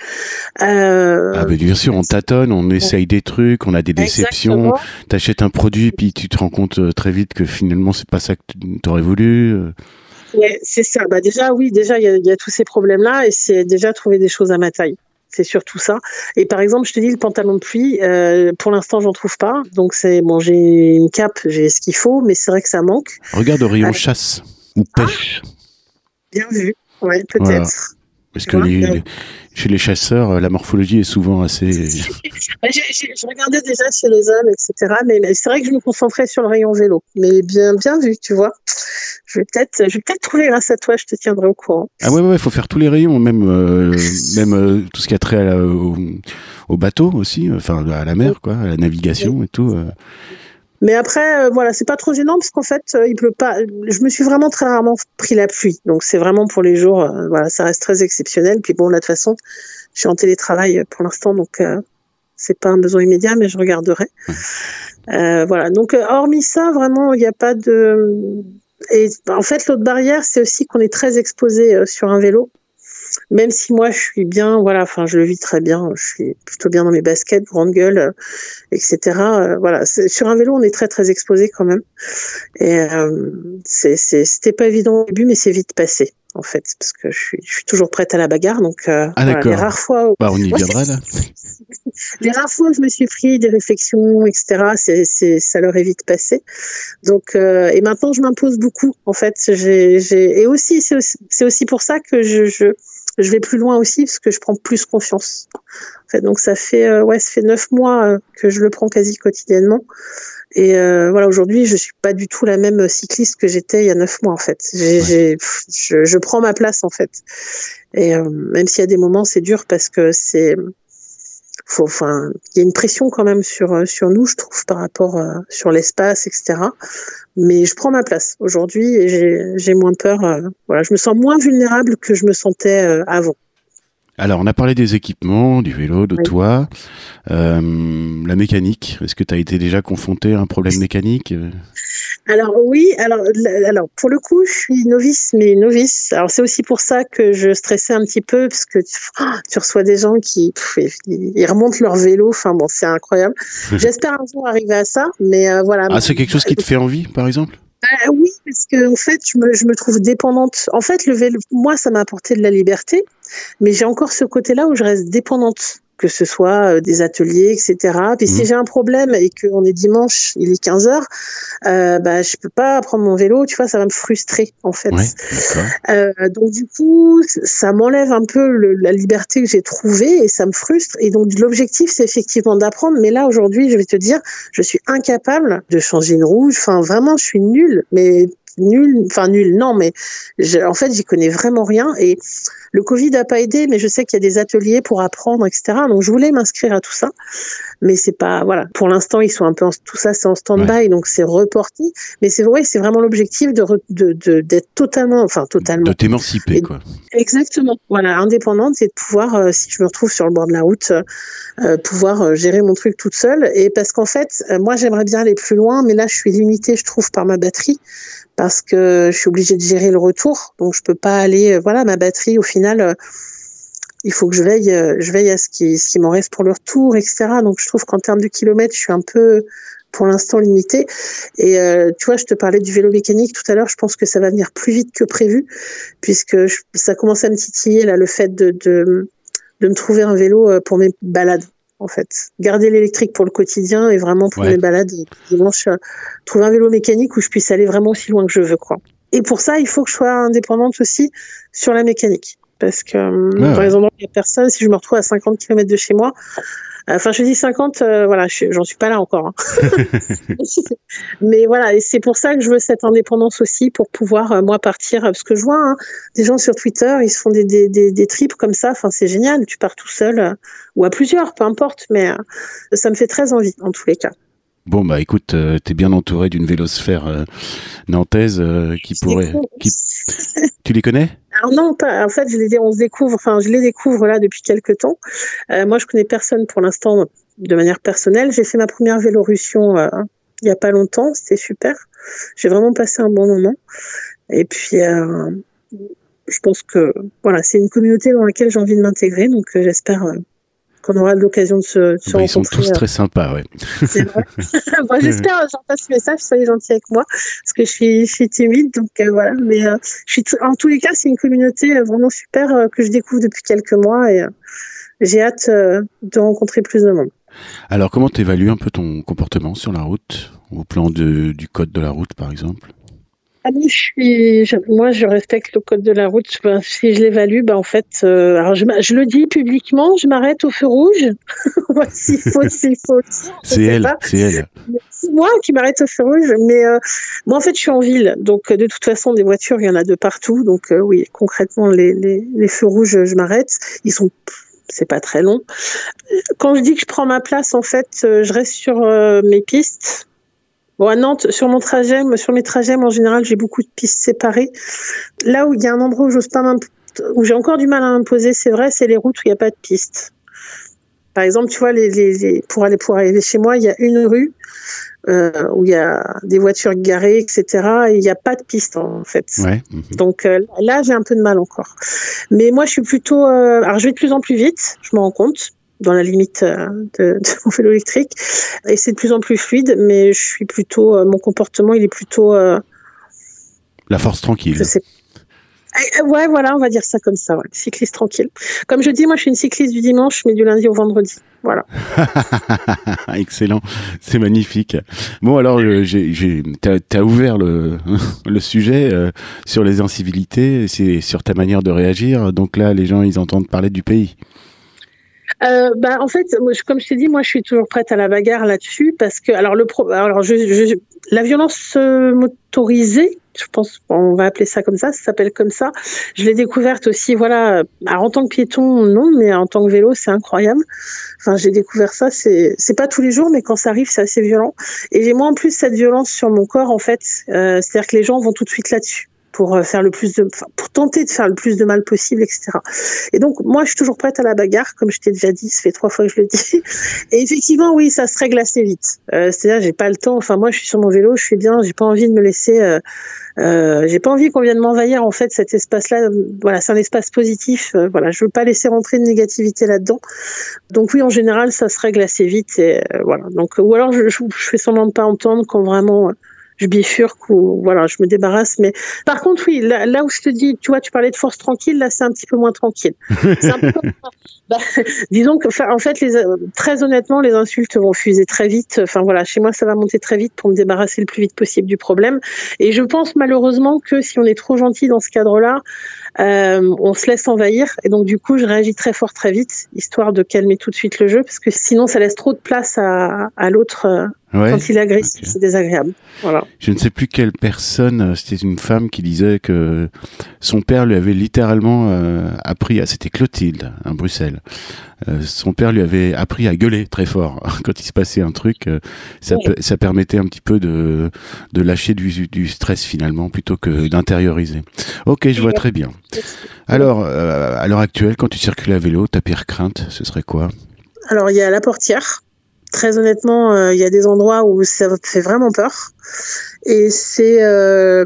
Euh... Ah, mais bien sûr, on tâtonne, on essaye des trucs, on a des déceptions. Exactement. T'achètes un produit, puis tu te rends compte très vite que finalement c'est pas ça que t'aurais voulu. Ouais, c'est ça. Bah déjà, oui, déjà il y a, il y a tous ces problèmes-là, et c'est déjà trouver des choses à ma taille. C'est surtout ça. Et par exemple, je te dis, le pantalon de pluie, euh, pour l'instant, j'en trouve pas. Donc c'est bon, j'ai une cape, j'ai ce qu'il faut, mais c'est vrai que ça manque. Regarde au rayon euh... chasse. Ou pêche. Ah, bien vu, ouais, peut-être. Voilà. Parce que les, les, chez les chasseurs, la morphologie est souvent assez... j'ai, j'ai, je regardais déjà chez les hommes, et cetera. Mais, mais c'est vrai que je me concentrais sur le rayon vélo. Mais bien, bien vu, tu vois. Je vais peut-être, je vais peut-être trouver grâce à toi, je te tiendrai au courant. Ah ouais, ouais, faut faire tous les rayons, même, euh, même euh, tout ce qui a trait à la, au, au bateau aussi, enfin à la mer, quoi, à la navigation oui. Et tout. Euh. Mais après, euh, voilà, c'est pas trop gênant parce qu'en fait, euh, il pleut pas. Je me suis vraiment très rarement pris la pluie, donc c'est vraiment pour les jours. Euh, voilà, ça reste très exceptionnel. Puis bon, là de toute façon, je suis en télétravail pour l'instant, donc euh, c'est pas un besoin immédiat, mais je regarderai. Euh, voilà. Donc euh, hormis ça, vraiment, il n'y a pas de. Et en fait, l'autre barrière, c'est aussi qu'on est très exposé euh, sur un vélo. même si moi je suis bien, voilà, enfin je le vis très bien, je suis plutôt bien dans mes baskets, grande gueule, euh, et cetera. Euh, voilà, c'est, sur un vélo on est très très exposé quand même, et euh, c'est, c'est, c'était pas évident au début, mais c'est vite passé en fait, parce que je suis, je suis toujours prête à la bagarre, donc euh, ah voilà, d'accord. les rares fois, où... bah, on y viendra là. les rares fois où je me suis pris des réflexions, et cetera. C'est, c'est, ça leur est vite passé. Donc, euh, et maintenant, je m'impose beaucoup. En fait, j'ai, j'ai, et aussi, c'est aussi, c'est aussi pour ça que je, je, je vais plus loin aussi, parce que je prends plus confiance. En fait, donc ça fait, euh, ouais, ça fait neuf mois euh, que je le prends quasi quotidiennement. Et euh, voilà, aujourd'hui, je suis pas du tout la même cycliste que j'étais il y a neuf mois en fait. J'ai, ouais. j'ai, je, je prends ma place en fait. Et euh, même s'il y a des moments, c'est dur parce que c'est, faut, enfin, il y a une pression quand même sur sur nous, je trouve, par rapport euh, sur l'espace, et cetera. Mais je prends ma place aujourd'hui et j'ai, j'ai moins peur. Euh, voilà, je me sens moins vulnérable que je me sentais euh, avant. Alors, on a parlé des équipements, du vélo, de oui. toi. Euh, la mécanique, est-ce que tu as été déjà confronté à un problème mécanique ? Alors oui, alors, alors pour le coup, je suis novice, mais novice. Alors c'est aussi pour ça que je stressais un petit peu, parce que tu, oh, tu reçois des gens qui pff, ils remontent leur vélo. Enfin bon, c'est incroyable. J'espère un jour arriver à ça, mais euh, voilà. Ah, c'est quelque chose qui te fait envie, par exemple ? Euh, oui, parce que en fait, je me, je me trouve dépendante. En fait, le vélo, moi, ça m'a apporté de la liberté, mais j'ai encore ce côté-là où je reste dépendante, que ce soit euh, des ateliers, et cetera. Puis mmh. si j'ai un problème et qu'on est dimanche, il est quinze heures, euh, bah, je peux pas prendre mon vélo, tu vois, ça va me frustrer, en fait. Ouais, euh, donc, du coup, ça m'enlève un peu le, la liberté que j'ai trouvée et ça me frustre. Et donc, l'objectif, c'est effectivement d'apprendre. Mais là, aujourd'hui, je vais te dire, je suis incapable de changer une roue. Enfin, vraiment, je suis nulle, mais nul, enfin nul, non, mais je, en fait, j'y connais vraiment rien. Et le Covid n'a pas aidé, mais je sais qu'il y a des ateliers pour apprendre, et cetera. Donc, je voulais m'inscrire à tout ça, mais c'est pas, voilà. Pour l'instant, ils sont un peu, en, tout ça, c'est en stand-by, ouais. donc c'est reporté. Mais c'est vrai, c'est vraiment l'objectif de, de, de d'être totalement, enfin totalement. De t'émanciper, et, quoi. Exactement. Voilà, indépendante, c'est de pouvoir, euh, si je me retrouve sur le bord de la route, euh, pouvoir euh, gérer mon truc toute seule. Et parce qu'en fait, euh, moi, j'aimerais bien aller plus loin, mais là, je suis limitée, je trouve, par ma batterie. Parce que je suis obligée de gérer le retour, donc je peux pas aller. Euh, voilà, ma batterie, au final, euh, il faut que je veille, euh, je veille à ce qui, ce qui m'en reste pour le retour, et cetera. Donc je trouve qu'en termes de kilomètres, je suis un peu, pour l'instant, limitée. Et euh, tu vois, je te parlais du vélo mécanique tout à l'heure. Je pense que ça va venir plus vite que prévu, puisque je, ça commence à me titiller là, le fait de, de de me trouver un vélo pour mes balades. En fait, garder l'électrique pour le quotidien et vraiment pour ouais. mes balades dimanche, trouver un vélo mécanique où je puisse aller vraiment aussi loin que je veux, quoi. Et pour ça, il faut que je sois indépendante aussi sur la mécanique, parce que ouais, par ouais. exemple, il y a personne. Si je me retrouve à cinquante kilomètres de chez moi, enfin, je dis cinquante, euh, voilà, je, j'en suis pas là encore. Hein. Mais voilà, et c'est pour ça que je veux cette indépendance aussi, pour pouvoir euh, moi partir, parce que je vois hein, des gens sur Twitter, ils se font des des des, des trips comme ça. Enfin, c'est génial. Tu pars tout seul euh, ou à plusieurs, peu importe. Mais euh, ça me fait très envie en tous les cas. Bon bah écoute, euh, t'es bien entouré d'une vélosphère euh, nantaise euh, qui c'est pourrait. Qui... tu les connais? Alors non, pas. En fait, je les, on se découvre. Enfin, je les découvre là depuis quelques temps. Euh, moi, je connais personne pour l'instant de manière personnelle. J'ai fait ma première Vélorussion euh, il y a pas longtemps. C'était super. J'ai vraiment passé un bon moment. Et puis, euh, je pense que voilà, c'est une communauté dans laquelle j'ai envie de m'intégrer. Donc, euh, j'espère. Euh, qu'on aura l'occasion de se, de se bah, rencontrer. Ils sont tous euh... très sympas, ouais. C'est vrai. Bon, j'espère, j'en passe ce message, soyez gentils avec moi, parce que je suis, je suis timide, donc euh, voilà. Mais euh, je suis t- en tous les cas, c'est une communauté euh, vraiment super euh, que je découvre depuis quelques mois et euh, j'ai hâte euh, de rencontrer plus de monde. Alors, comment t'évalues un peu ton comportement sur la route, au plan de, du code de la route, par exemple? Ah, moi, je suis, je, moi, je respecte le code de la route. Ben, si je l'évalue, ben, en fait, euh, alors je, je le dis publiquement, je m'arrête au feu rouge. s'il faut, s'il faut. C'est elle, pas. c'est elle. C'est moi qui m'arrête au feu rouge, mais euh, moi, en fait, je suis en ville, donc de toute façon, des voitures, il y en a de partout. Donc, euh, oui, concrètement, les, les, les feux rouges, je m'arrête. Ils sont, c'est pas très long. Quand je dis que je prends ma place, en fait, euh, je reste sur euh, mes pistes. Bon, à Nantes, sur mon trajet, sur mes trajets, en général, j'ai beaucoup de pistes séparées. Là où il y a un endroit où j'ose pas où j'ai encore du mal à m'imposer, c'est vrai, c'est les routes où il n'y a pas de piste. Par exemple, tu vois, les, les, les, pour aller pour arriver chez moi, il y a une rue euh, où il y a des voitures garées, et cetera. Et il n'y a pas de piste en fait. Ouais. Mmh. Donc euh, là, j'ai un peu de mal encore. Mais moi, je suis plutôt. Euh, alors, je vais de plus en plus vite. Je me rends compte. Dans la limite euh, de, de mon vélo électrique, et c'est de plus en plus fluide. Mais je suis plutôt. Euh, mon comportement, il est plutôt. Euh, La force tranquille. Je sais. Ouais, voilà, on va dire ça comme ça. Ouais. Cycliste tranquille. Comme je dis, moi, je suis une cycliste du dimanche, mais du lundi au vendredi. Voilà. Excellent, c'est magnifique. Bon, alors, j'ai, j'ai, t'as, t'as ouvert le, le sujet euh, sur les incivilités, c'est sur ta manière de réagir. Donc là, les gens, ils entendent parler du pays. Euh, bah, en fait, moi, je, comme je t'ai dit, moi, je suis toujours prête à la bagarre là-dessus parce que, alors, le pro, alors, je, je, la violence euh, motorisée, je pense, on va appeler ça comme ça, ça s'appelle comme ça. Je l'ai découverte aussi, voilà. Alors, en tant que piéton, non, mais en tant que vélo, c'est incroyable. Enfin, j'ai découvert ça, c'est, c'est pas tous les jours, mais quand ça arrive, c'est assez violent. Et j'ai moi, en plus, cette violence sur mon corps, en fait. Euh, c'est-à-dire que les gens vont tout de suite là-dessus. Pour faire le plus de, pour tenter de faire le plus de mal possible, et cetera. Et donc, moi, je suis toujours prête à la bagarre, comme je t'ai déjà dit, ça fait trois fois que je le dis. Et effectivement, oui, ça se règle assez vite. Euh, c'est-à-dire, j'ai pas le temps. Enfin, moi, je suis sur mon vélo, je suis bien, j'ai pas envie de me laisser, euh, euh, j'ai pas envie qu'on vienne m'envahir, en fait, cet espace-là. Voilà, c'est un espace positif. Euh, voilà, je veux pas laisser rentrer de négativité là-dedans. Donc, oui, en général, ça se règle assez vite. Et, euh, voilà. Donc, ou alors, je, je, je fais semblant de pas entendre quand vraiment, euh, je bifurque ou voilà, je me débarrasse. Mais par contre, oui, là, là où je te dis, tu vois, tu parlais de force tranquille, là, c'est un petit peu moins tranquille. C'est un peu comme, bah, disons que, en fait, les, très honnêtement, les insultes vont fuser très vite. Enfin voilà, chez moi, ça va monter très vite pour me débarrasser le plus vite possible du problème. Et je pense malheureusement que si on est trop gentil dans ce cadre-là, euh, on se laisse envahir. Et donc du coup, je réagis très fort, très vite, histoire de calmer tout de suite le jeu, parce que sinon, ça laisse trop de place à, à l'autre. Euh, Ouais, quand il est agressif, okay. C'est désagréable. Voilà. Je ne sais plus quelle personne, c'était une femme qui disait que son père lui avait littéralement euh, appris, à, c'était Clotilde, à Bruxelles, euh, son père lui avait appris à gueuler très fort quand il se passait un truc. Euh, ça, oui. ça permettait un petit peu de, de lâcher du, du stress finalement, plutôt que d'intérioriser. Ok, je vois très bien. Alors, euh, à l'heure actuelle, quand tu circules à vélo, ta pire crainte, ce serait quoi ? Alors, il y a la portière. Très honnêtement, il euh, y a des endroits où ça fait vraiment peur. Et c'est euh,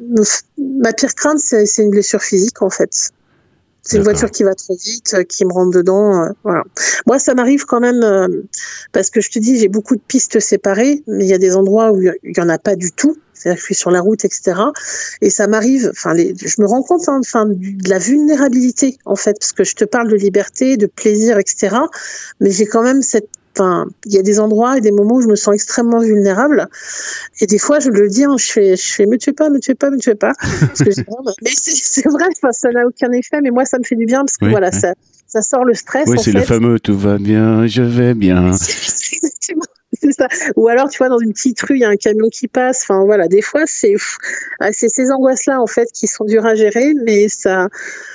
ma pire crainte, c'est, c'est une blessure physique en fait. C'est D'accord. Une voiture qui va trop vite, euh, qui me rentre dedans. Euh, voilà. Moi, ça m'arrive quand même euh, parce que je te dis, j'ai beaucoup de pistes séparées, mais il y a des endroits où il y en a pas du tout. C'est-à-dire que je suis sur la route, et cetera. Et ça m'arrive. Enfin, les, je me rends compte, enfin, hein, de la vulnérabilité en fait, parce que je te parle de liberté, de plaisir, et cetera. Mais j'ai quand même cette Enfin, il y a des endroits et des moments où je me sens extrêmement vulnérable. Et des fois, je le dis, hein, je fais, je fais, me tuez pas, me tuez pas, me tuez pas. Parce que je, mais c'est, c'est vrai, enfin, ça n'a aucun effet, mais moi, ça me fait du bien parce que oui, voilà, oui. ça, ça sort le stress. Oui, en c'est fait. le fameux tout va bien, je vais bien. C'est exactement. C'est ça. Ou alors, tu vois, dans une petite rue, il y a un camion qui passe. Enfin, voilà, des fois, c'est, c'est ces angoisses-là, en fait, qui sont dures à gérer, mais ça.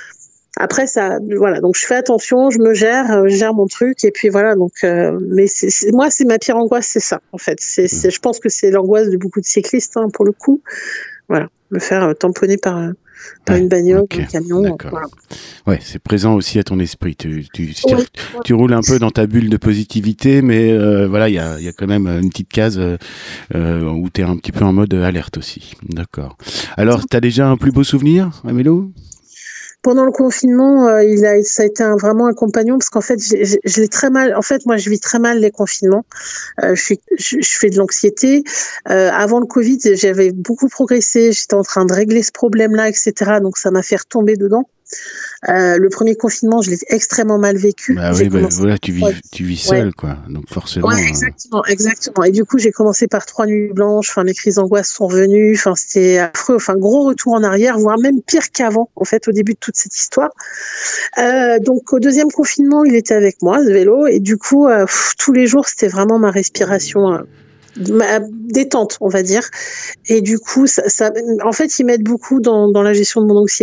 Après ça, voilà, donc je fais attention, je me gère, je gère mon truc et puis voilà. Donc, euh, mais c'est, c'est, moi, c'est ma pire angoisse, c'est ça en fait. C'est, c'est, je pense que c'est l'angoisse de beaucoup de cyclistes hein, pour le coup. Voilà, me faire tamponner par, par ouais, une bagnole, okay, un camion. D'accord. Voilà. Ouais, c'est présent aussi à ton esprit. Tu, tu, tu, ouais, tu, ouais. tu roules un peu dans ta bulle de positivité, mais euh, voilà, il y a, y a quand même une petite case euh, où tu es un petit peu en mode alerte aussi. D'accord. Alors, tu as déjà un plus beau souvenir à vélo ? Pendant le confinement, euh, il a, ça a été un, vraiment un compagnon parce qu'en fait, j'ai, j'ai, je l'ai très mal. En fait, moi, je vis très mal les confinements. Euh, je, suis, je, je fais de l'anxiété. Euh, avant le Covid, j'avais beaucoup progressé. J'étais en train de régler ce problème-là, et cetera. Donc, ça m'a fait retomber dedans. Euh, le premier confinement, je l'ai extrêmement mal vécu. Bah oui, bah, voilà, tu vis, tu vis seul, ouais. quoi. Donc forcément. Ouais, exactement, exactement. Et du coup, j'ai commencé par trois nuits blanches. Enfin, mes crises d'angoisse sont revenues. Enfin, c'était affreux. Enfin, gros retour en arrière, voire même pire qu'avant. En fait, au début de toute cette histoire. Euh, donc, au deuxième confinement, il était avec moi, ce vélo, et du coup, euh, pff, tous les jours, c'était vraiment ma respiration. Euh, ma détente, on va dire. Et du coup, ça, ça, en fait, ils m'aident beaucoup dans, dans la gestion de mon anxiété.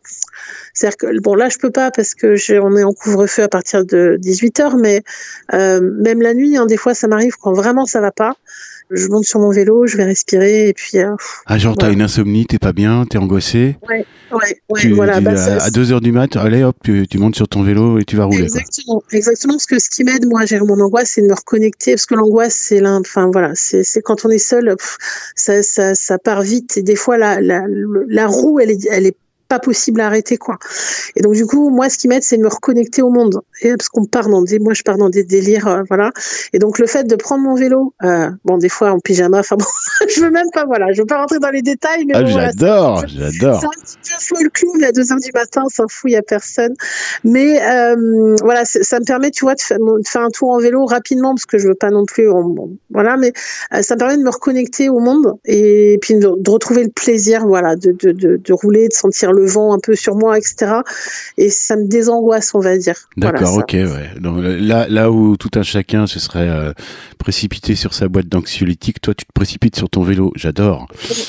C'est-à-dire que, bon, là, je peux pas parce que j'ai, on est en couvre-feu à partir de dix-huit heures, mais euh, même la nuit, hein, des fois, ça m'arrive quand vraiment ça va pas. Je monte sur mon vélo, je vais respirer et puis. Euh, ah, genre, voilà. T'as une insomnie, t'es pas bien, t'es angoissé. Ouais, ouais, ouais, tu, voilà. Tu, bah, à, ça, à deux heures du mat, allez, hop, tu, tu montes sur ton vélo et tu vas rouler. Exactement, quoi. Exactement. Parce que ce qui m'aide, moi, à gérer mon angoisse, c'est de me reconnecter. Parce que l'angoisse, c'est l'un, enfin, voilà, c'est, c'est quand on est seul, pff, ça, ça, ça part vite. Et des fois, la, la, la roue, elle est, elle est pas possible à arrêter, quoi. Et donc, du coup, moi, ce qui m'aide, c'est de me reconnecter au monde. Et parce qu'on part dans des, moi, je pars dans des délires, euh, voilà. Et donc, le fait de prendre mon vélo, euh, bon, des fois en pyjama, enfin bon, je veux même pas, voilà, je veux pas rentrer dans les détails, mais ah, bon, j'adore, voilà, c'est, j'adore. c'est un petit peu fou le clown, à deux heures du matin, on s'en fout, il y a personne. Mais, euh, voilà, ça me permet, tu vois, de faire, de faire un tour en vélo rapidement, parce que je veux pas non plus, on, bon, voilà, mais euh, ça me permet de me reconnecter au monde et puis de, de retrouver le plaisir, voilà, de, de, de, de rouler, de sentir le vent un peu sur moi, et cetera. Et ça me désangoisse, on va dire. D'accord, voilà, ok, ouais. Donc là, là où tout un chacun se serait euh, précipité sur sa boîte d'anxiolytiques, toi, tu te précipites sur ton vélo. J'adore.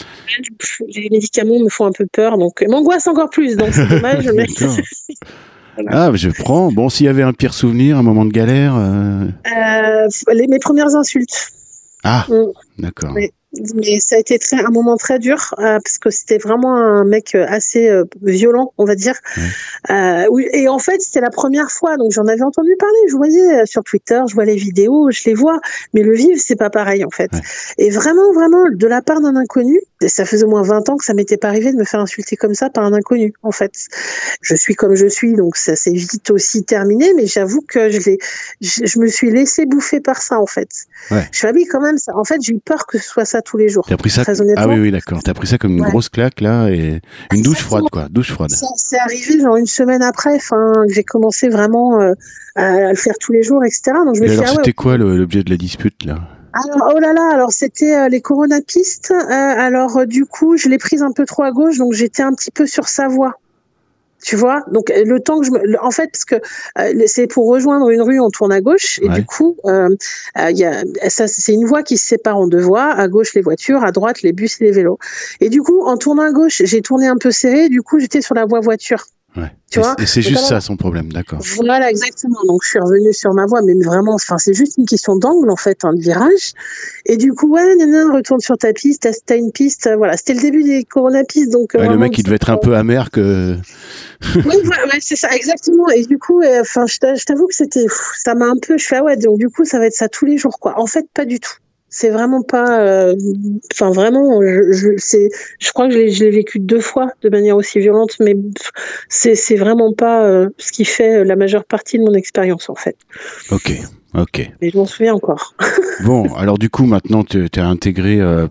Les médicaments me font un peu peur, donc m'angoisse encore plus. Donc c'est dommage. Mais... voilà. Ah, je prends. Bon, s'il y avait un pire souvenir, un moment de galère. Euh... Euh, les, mes premières insultes. Ah, mmh. D'accord. Oui. Mais ça a été très, un moment très dur euh, parce que c'était vraiment un mec assez euh, violent, on va dire. Ouais. Euh, oui, et en fait, c'était la première fois, donc j'en avais entendu parler. Je voyais sur Twitter, je vois les vidéos, je les vois, mais le vivre, c'est pas pareil en fait. Ouais. Et vraiment, vraiment, de la part d'un inconnu, ça faisait au moins vingt ans que ça m'était pas arrivé de me faire insulter comme ça par un inconnu. En fait, je suis comme je suis, donc ça s'est vite aussi terminé. Mais j'avoue que je l'ai, je, je me suis laissé bouffer par ça en fait. Ouais. Je suis habillée quand même. Ça. En fait, j'ai eu peur que ce soit ça tous les jours. T'as pris ça très honnêtement. Ah oui, oui, d'accord. T'as pris ça comme une ouais. grosse claque là et une douche froide, quoi. Douche froide. Ça, c'est arrivé genre une semaine après, enfin, que j'ai commencé vraiment euh, à le faire tous les jours, et cetera. Donc je me et suis alors, dit, ah, c'était ouais, quoi le, l'objet de la dispute là? Alors, oh là là, alors c'était euh, les coronapistes. Euh, alors euh, du coup, je l'ai prise un peu trop à gauche, donc j'étais un petit peu sur sa voie. Tu vois, donc le temps que je me, en fait, parce que euh, c'est pour rejoindre une rue, on tourne à gauche et ouais. du coup, il euh, euh, y a, ça, c'est une voie qui se sépare en deux voies. À gauche les voitures, à droite les bus et les vélos. Et du coup, en tournant à gauche, j'ai tourné un peu serré. Du coup, j'étais sur la voie voiture. Ouais. Tu et vois et c'est juste alors, ça son problème, d'accord. Voilà, exactement. Donc je suis revenue sur ma voie, mais vraiment, enfin c'est juste une question d'angle en fait, un hein, virage. Et du coup, ouais, non, retourne sur ta piste, t'as, t'as une piste, voilà. C'était le début des coronapistes, donc. Ouais, le mec, il devait être un peu amer que. Oui, ouais, ouais, c'est ça, exactement. Et du coup, enfin, euh, je t'avoue que c'était, ça m'a un peu, je fais ah ouais, donc du coup, ça va être ça tous les jours, quoi. En fait, pas du tout. C'est vraiment pas, enfin euh, vraiment, je, je, c'est, je crois que je l'ai, je l'ai vécu deux fois de manière aussi violente, mais c'est, c'est vraiment pas euh, ce qui fait la majeure partie de mon expérience en fait. Ok, ok. Mais je m'en souviens encore. Bon, alors du coup maintenant tu as intégré euh,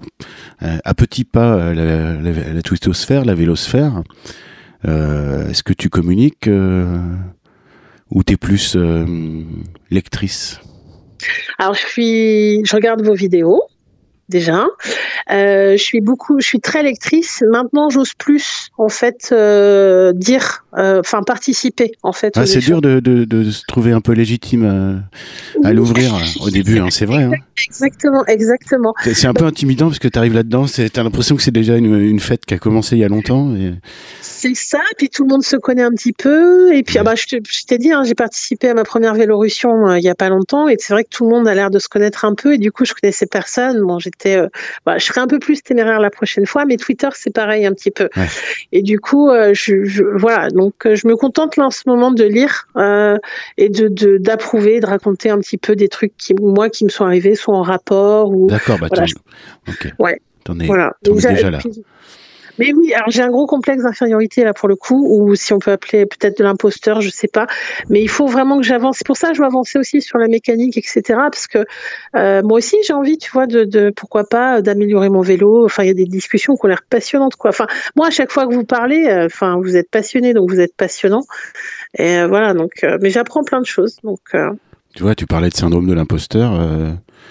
à petits pas la, la, la twistosphère, la vélosphère. Euh, est-ce que tu communiques euh, ou t'es plus euh, lectrice? Alors je suis, je regarde vos vidéos déjà. Euh, je suis beaucoup, je suis très lectrice. Maintenant, j'ose plus en fait euh, dire, enfin euh, participer en fait. Ah, c'est dur de, de, de se trouver un peu légitime à, à oui. l'ouvrir au début, hein, c'est vrai. Hein. Exactement, exactement. C'est, c'est un peu intimidant parce que tu arrives là-dedans, c'est, t'as l'impression que c'est déjà une, une fête qui a commencé il y a longtemps. Et... C'est ça, puis tout le monde se connaît un petit peu. Et puis, ouais. ah bah, je, te, je t'ai dit, hein, j'ai participé à ma première Vélorussion euh, il y a pas longtemps, et c'est vrai que tout le monde a l'air de se connaître un peu. Et du coup, je connaissais personne. Bon, j'étais, euh, bah, je serai un peu plus téméraire la prochaine fois, mais Twitter, c'est pareil un petit peu. Ouais. Et du coup, euh, je, je, voilà, donc euh, je me contente là en ce moment de lire euh, et de, de d'approuver, de raconter un petit peu des trucs qui, moi, qui me sont arrivés, soit en rapport ou. D'accord, bah voilà, je... ok. Ouais. T'en es, voilà. t'en es déjà là. Puis, mais oui, alors j'ai un gros complexe d'infériorité là pour le coup, ou si on peut appeler peut-être de l'imposteur, je sais pas. Mais il faut vraiment que j'avance. C'est pour ça que je veux avancer aussi sur la mécanique, et cetera. Parce que euh, moi aussi j'ai envie, tu vois, de, de pourquoi pas d'améliorer mon vélo. Enfin, il y a des discussions qui ont l'air passionnantes, quoi. Enfin, moi à chaque fois que vous parlez, enfin, euh, vous êtes passionné, donc vous êtes passionnant. Et euh, voilà, donc. Euh, mais j'apprends plein de choses, donc. Euh... Tu vois, tu parlais de syndrome de l'imposteur. Euh...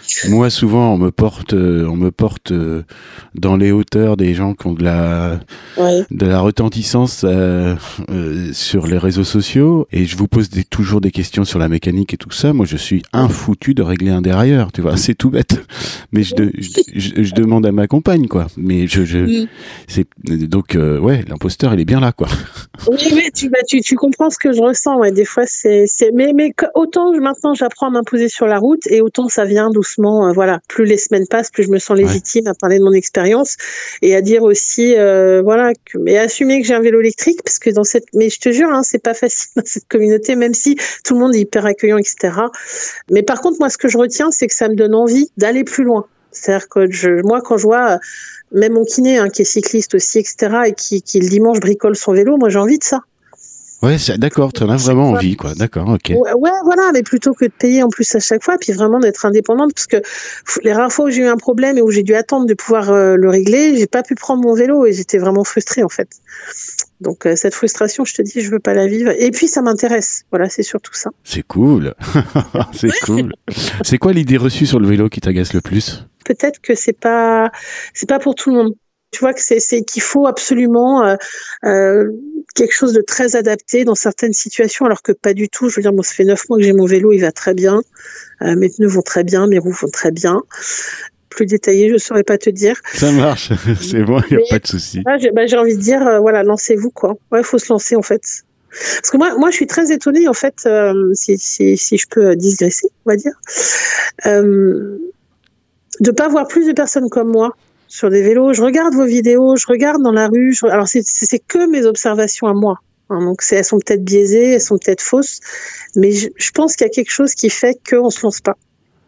Moi, souvent, on me porte, euh, on me porte euh, dans les hauteurs des gens qui ont de la, Ouais. de la retentissance euh, euh, sur les réseaux sociaux, et je vous pose des, toujours des questions sur la mécanique et tout ça. Moi, je suis infoutu de régler un dérailleur, tu vois, c'est tout bête. Mais je, de, je, je, je demande à ma compagne, quoi. Mais je, je, Mm. c'est donc euh, ouais, l'imposteur, il est bien là, quoi. Oui, mais tu, bah, tu, tu comprends ce que je ressens. Ouais. Des fois, c'est, c'est, mais, mais que- autant je- maintenant j'apprends à m'imposer sur la route, et autant ça vient doucement. Euh, voilà, plus les semaines passent, plus je me sens Ouais. légitime à parler de mon expérience et à dire aussi, euh, voilà, que, et à assumer que j'ai un vélo électrique, parce que dans cette, mais je te jure, hein, c'est pas facile dans cette communauté, même si tout le monde est hyper accueillant, et cetera. Mais par contre, moi, ce que je retiens, c'est que ça me donne envie d'aller plus loin. C'est-à-dire que je, moi, quand je vois euh, même mon kiné, hein, qui est cycliste aussi, et cetera, et qui, qui le dimanche bricole son vélo, moi, j'ai envie de ça. Ouais, c'est- d'accord, tu en as vraiment envie, quoi. D'accord, ok. Ouais, ouais, voilà, mais plutôt que de payer en plus à chaque fois, puis vraiment d'être indépendante, parce que pff, les rares fois où j'ai eu un problème et où j'ai dû attendre de pouvoir euh, le régler, j'ai pas pu prendre mon vélo et j'étais vraiment frustrée en fait. Donc euh, cette frustration, je te dis, je veux pas la vivre. Et puis ça m'intéresse, voilà, c'est surtout ça. C'est cool. C'est cool. C'est quoi l'idée reçue sur le vélo qui t'agace le plus? Peut-être que c'est pas, c'est pas pour tout le monde. Tu vois que c'est, c'est qu'il faut absolument euh, euh, quelque chose de très adapté dans certaines situations, alors que pas du tout. Je veux dire, moi, ça fait neuf mois que j'ai mon vélo, il va très bien. Euh, mes pneus vont très bien, mes roues vont très bien. Plus détaillé, je ne saurais pas te dire. Ça marche, c'est bon, il n'y a Mais, pas de souci. Là, j'ai, bah, j'ai envie de dire, euh, voilà, lancez-vous, quoi. Ouais, il faut se lancer, en fait. Parce que moi, moi, je suis très étonnée, en fait, euh, si, si, si je peux digresser, on va dire, euh, de pas voir plus de personnes comme moi sur des vélos. Je regarde vos vidéos, je regarde dans la rue. Je... Alors, c'est, c'est que mes observations à moi. Hein, donc, c'est, elles sont peut-être biaisées, elles sont peut-être fausses, mais je, je pense qu'il y a quelque chose qui fait qu'on ne se lance pas.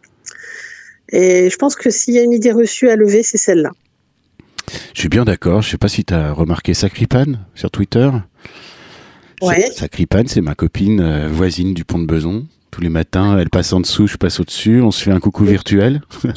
Et je pense que s'il y a une idée reçue à lever, c'est celle-là. Je suis bien d'accord. Je sais pas si tu as remarqué Sacripane sur Twitter. Ouais. Sacripane, c'est ma copine euh, voisine du pont de Beson. Tous les matins, elle passe en dessous, je passe au-dessus. On se fait un coucou virtuel.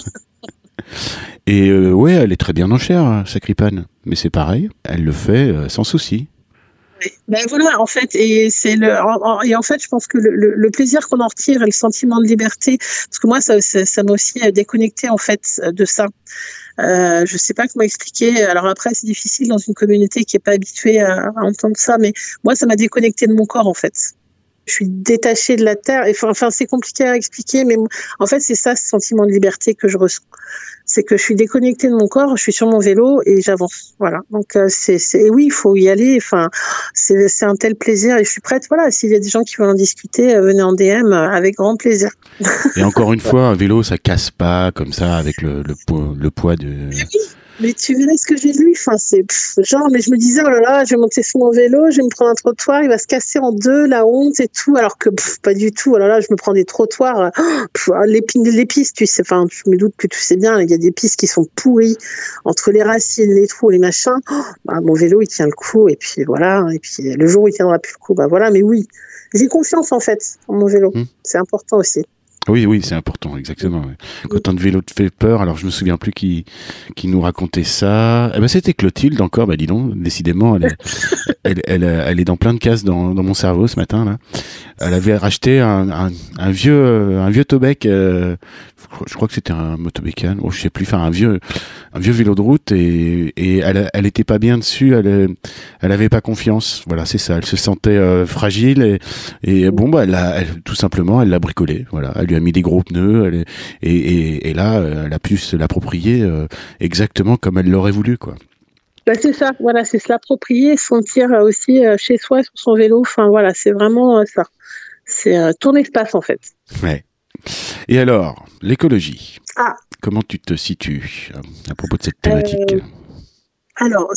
Et euh, ouais, elle est très bien en chair, Sacripane. Mais c'est pareil, elle le fait euh, sans souci. Oui. Ben voilà, en fait, et c'est le, en, en, et en fait, je pense que le, le, le plaisir qu'on en retire et le sentiment de liberté, parce que moi, ça, ça, ça m'a aussi déconnecté en fait de ça. Euh, je sais pas comment expliquer. Alors après, c'est difficile dans une communauté qui est pas habituée à, à entendre ça, mais moi, ça m'a déconnecté de mon corps en fait. Je suis détachée de la terre. Enfin, enfin, c'est compliqué à expliquer, mais en fait, c'est ça, ce sentiment de liberté que je ressens. C'est que je suis déconnectée de mon corps, je suis sur mon vélo et j'avance. Voilà. Donc, euh, c'est, c'est, oui, il faut y aller. Enfin, c'est, c'est un tel plaisir et je suis prête. Voilà. S'il y a des gens qui veulent en discuter, euh, venez en D M euh, avec grand plaisir. Et encore une fois, un vélo, ça casse pas comme ça avec le, le, poids, le poids de... Mais oui. Mais tu verrais ce que j'ai lu, enfin, c'est pff, genre, mais je me disais, oh là là, je vais monter sur mon vélo, je vais me prendre un trottoir, il va se casser en deux, la honte et tout, alors que pff, pas du tout. Oh là là, je me prends des trottoirs, pff, les, les pistes, tu sais, enfin, je me doute que tu sais bien, il y a des pistes qui sont pourries, entre les racines, les trous, les machins. Oh, bah, mon vélo, il tient le coup, et puis voilà, et puis le jour où il tiendra plus le coup, bah voilà, mais oui, j'ai confiance en fait en mon vélo, mmh. C'est important aussi. Oui, oui, c'est important, exactement. Ouais. Quand un vélo te fait peur, alors je me souviens plus qui qui nous racontait ça. Eh ben c'était Clotilde encore. Bah dis donc, décidément, elle est, elle, elle, elle est dans plein de cases dans, dans mon cerveau ce matin là. Elle avait racheté un, un, un vieux un vieux Tobec. Euh, je crois que c'était un motobécane. Oh, je sais plus. Enfin un vieux un vieux vélo de route et et elle elle était pas bien dessus. Elle elle avait pas confiance. Voilà, c'est ça. Elle se sentait euh, fragile et et bon bah elle, a, elle tout simplement elle l'a bricolé. Voilà, elle lui a mis des gros pneus elle, et, et, et là elle a pu se l'approprier euh, exactement comme elle l'aurait voulu quoi. Bah c'est ça, voilà, c'est se l'approprier, sentir aussi euh, chez soi sur son vélo. Enfin voilà, c'est vraiment euh, ça. C'est euh, ton espace en fait. Ouais. Et alors, l'écologie. Ah. Comment tu te situes à propos de cette thématique? euh, Alors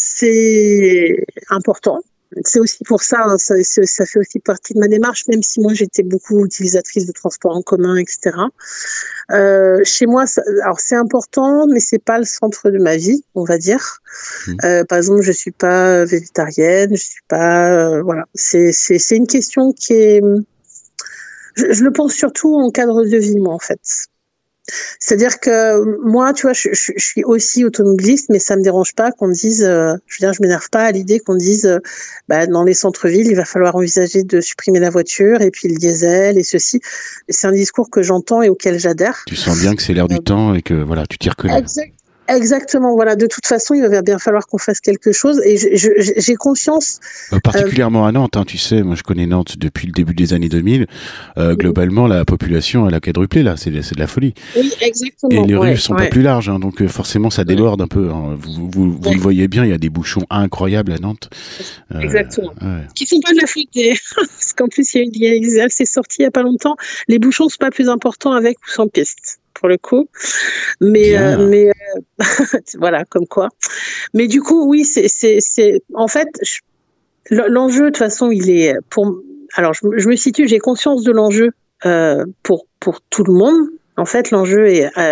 c'est important. C'est aussi pour ça, hein, ça, ça fait aussi partie de ma démarche, même si moi j'étais beaucoup utilisatrice de transport en commun, et cetera. Euh, chez moi, ça, alors c'est important, mais c'est pas le centre de ma vie, on va dire. Mmh. Euh, par exemple, je suis pas végétarienne, je suis pas, euh, voilà. C'est c'est c'est une question qui est, je, je le pense surtout en cadre de vie, moi en fait. C'est-à-dire que moi, tu vois, je, je, je suis aussi automobiliste, mais ça me dérange pas qu'on dise, euh, je veux dire, je m'énerve pas à l'idée qu'on dise, euh, bah, dans les centres-villes, il va falloir envisager de supprimer la voiture et puis le diesel et ceci. C'est un discours que j'entends et auquel j'adhère. Tu sens bien que c'est l'air du euh, temps et que voilà, tu t'y reconnais. Exact. Exactement, voilà. De toute façon, il va bien falloir qu'on fasse quelque chose et je, je, j'ai conscience. Euh, particulièrement euh, à Nantes, hein, tu sais, moi je connais Nantes depuis le début des années deux mille. Euh, globalement, la population elle a quadruplé là, c'est, c'est de la folie. Oui, exactement. Et les ouais, rues sont ouais. pas plus larges, hein, donc euh, forcément ça déborde ouais. un peu. Hein. Vous, vous, vous ouais. le voyez bien, il y a des bouchons incroyables à Nantes. Euh, exactement. Ouais. Qui sont pas de la faute des... Parce qu'en plus, il y a une, elle s'est sortie il y a pas longtemps. Les bouchons sont pas plus importants avec ou sans piste. Pour le coup, mais euh, mais euh, voilà, comme quoi. Mais du coup, oui, c'est c'est c'est en fait je, l'enjeu de toute façon, il est pour. Alors, je, je me situe, j'ai conscience de l'enjeu euh, pour pour tout le monde. En fait, l'enjeu est euh,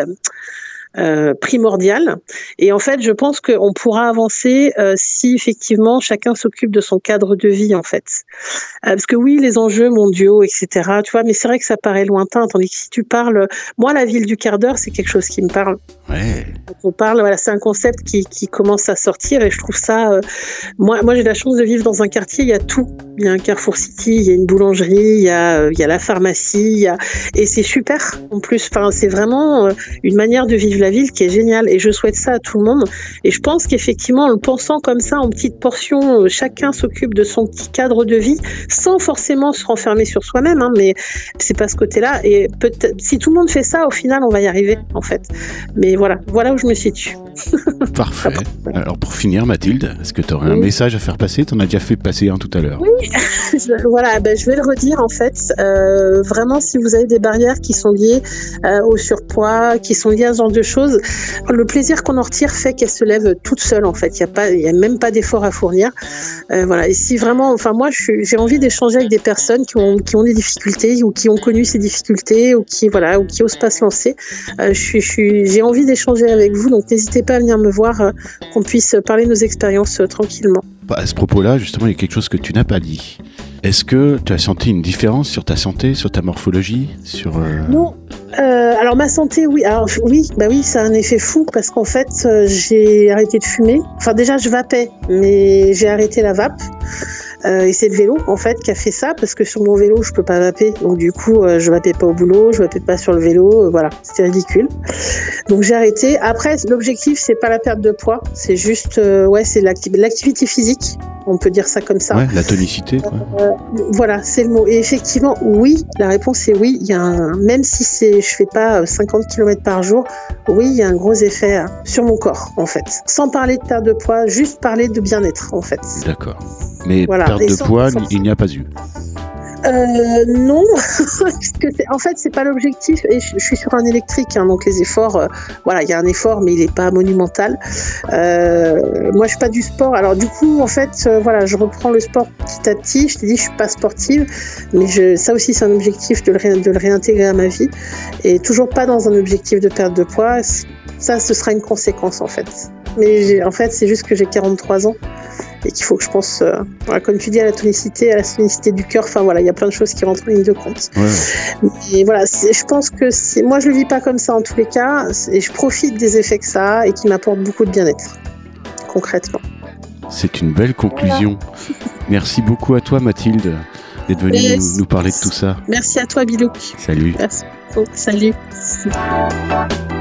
Euh, primordial et en fait je pense qu'on pourra avancer euh, si effectivement chacun s'occupe de son cadre de vie en fait euh, parce que oui les enjeux mondiaux etc tu vois mais c'est vrai que ça paraît lointain tandis que si tu parles moi la ville du quart d'heure c'est quelque chose qui me parle ouais. Quand on parle voilà c'est un concept qui, qui commence à sortir et je trouve ça euh, moi, moi j'ai la chance de vivre dans un quartier il y a tout il y a un Carrefour City il y a une boulangerie il y a, euh, il y a la pharmacie il y a... et c'est super en plus enfin, c'est vraiment euh, une manière de vivre la ville qui est géniale et je souhaite ça à tout le monde et je pense qu'effectivement en le pensant comme ça en petites portions euh, chacun s'occupe de son petit cadre de vie sans forcément se renfermer sur soi-même hein, mais c'est pas ce côté-là et peut-être si tout le monde fait ça au final on va y arriver en fait mais voilà voilà où je me situe. Parfait. Alors pour finir Mathilde, est-ce que tu aurais oui. un message à faire passer? Tu en as déjà fait passer un tout à l'heure. Oui, je, voilà, ben, je vais le redire en fait. Euh, vraiment, si vous avez des barrières qui sont liées euh, au surpoids, qui sont liées à ce genre de choses, le plaisir qu'on en retire fait qu'elle se lève toute seule en fait. Il y a pas, il y a même pas d'effort à fournir. Euh, voilà. Et si vraiment, enfin moi, je suis, j'ai envie d'échanger avec des personnes qui ont qui ont des difficultés ou qui ont connu ces difficultés ou qui voilà ou qui osent pas se lancer. Euh, je suis, je suis, j'ai envie d'échanger avec vous, donc n'hésitez pas à venir me voir, euh, qu'on puisse parler de nos expériences euh, tranquillement. À ce propos-là, justement, il y a quelque chose que tu n'as pas dit. Est-ce que tu as senti une différence sur ta santé, sur ta morphologie, sur euh... Non. Euh, alors ma santé, oui. Alors oui, bah oui, ça a un effet fou parce qu'en fait, euh, j'ai arrêté de fumer. Enfin déjà, je vapais, mais j'ai arrêté la vape. Euh, et c'est le vélo en fait qui a fait ça parce que sur mon vélo je peux pas vaper donc du coup euh, je vapais pas au boulot, je vapais pas sur le vélo, euh, voilà c'était ridicule donc j'ai arrêté. Après l'objectif c'est pas la perte de poids, c'est juste euh, ouais c'est l'acti- l'activité physique, on peut dire ça comme ça. Ouais, la tonicité. Euh, voilà c'est le mot et effectivement oui la réponse est oui il y a un, même si c'est je fais pas cinquante kilomètres par jour oui il y a un gros effet hein, sur mon corps en fait sans parler de perte de poids juste parler de bien-être en fait. D'accord. Mais voilà, perte de sans, poids, sans... il n'y a pas eu. Euh, non, parce que c'est, en fait c'est pas l'objectif et je, je suis sur un électrique, hein, donc les efforts, euh, voilà, il y a un effort mais il est pas monumental. Euh, moi je suis pas du sport, alors du coup en fait euh, voilà, je reprends le sport petit à petit. Je t'ai dit je suis pas sportive, mais je, ça aussi c'est un objectif de le, ré, de le réintégrer à ma vie et toujours pas dans un objectif de perte de poids. Ça ce sera une conséquence en fait. Mais j'ai, en fait c'est juste que j'ai quarante-trois ans. Et qu'il faut que je pense, euh, voilà, comme tu dis, à la tonicité, à la tonicité du cœur. Enfin voilà, il y a plein de choses qui rentrent en ligne de compte. Ouais. Et voilà, c'est, je pense que c'est, moi je le vis pas comme ça en tous les cas, et je profite des effets que ça a et qui m'apportent beaucoup de bien-être, concrètement. C'est une belle conclusion. Voilà. Merci beaucoup à toi Mathilde d'être venue yes. nous, nous parler de tout ça. Merci à toi Bilou. Salut. Merci. Oh, salut.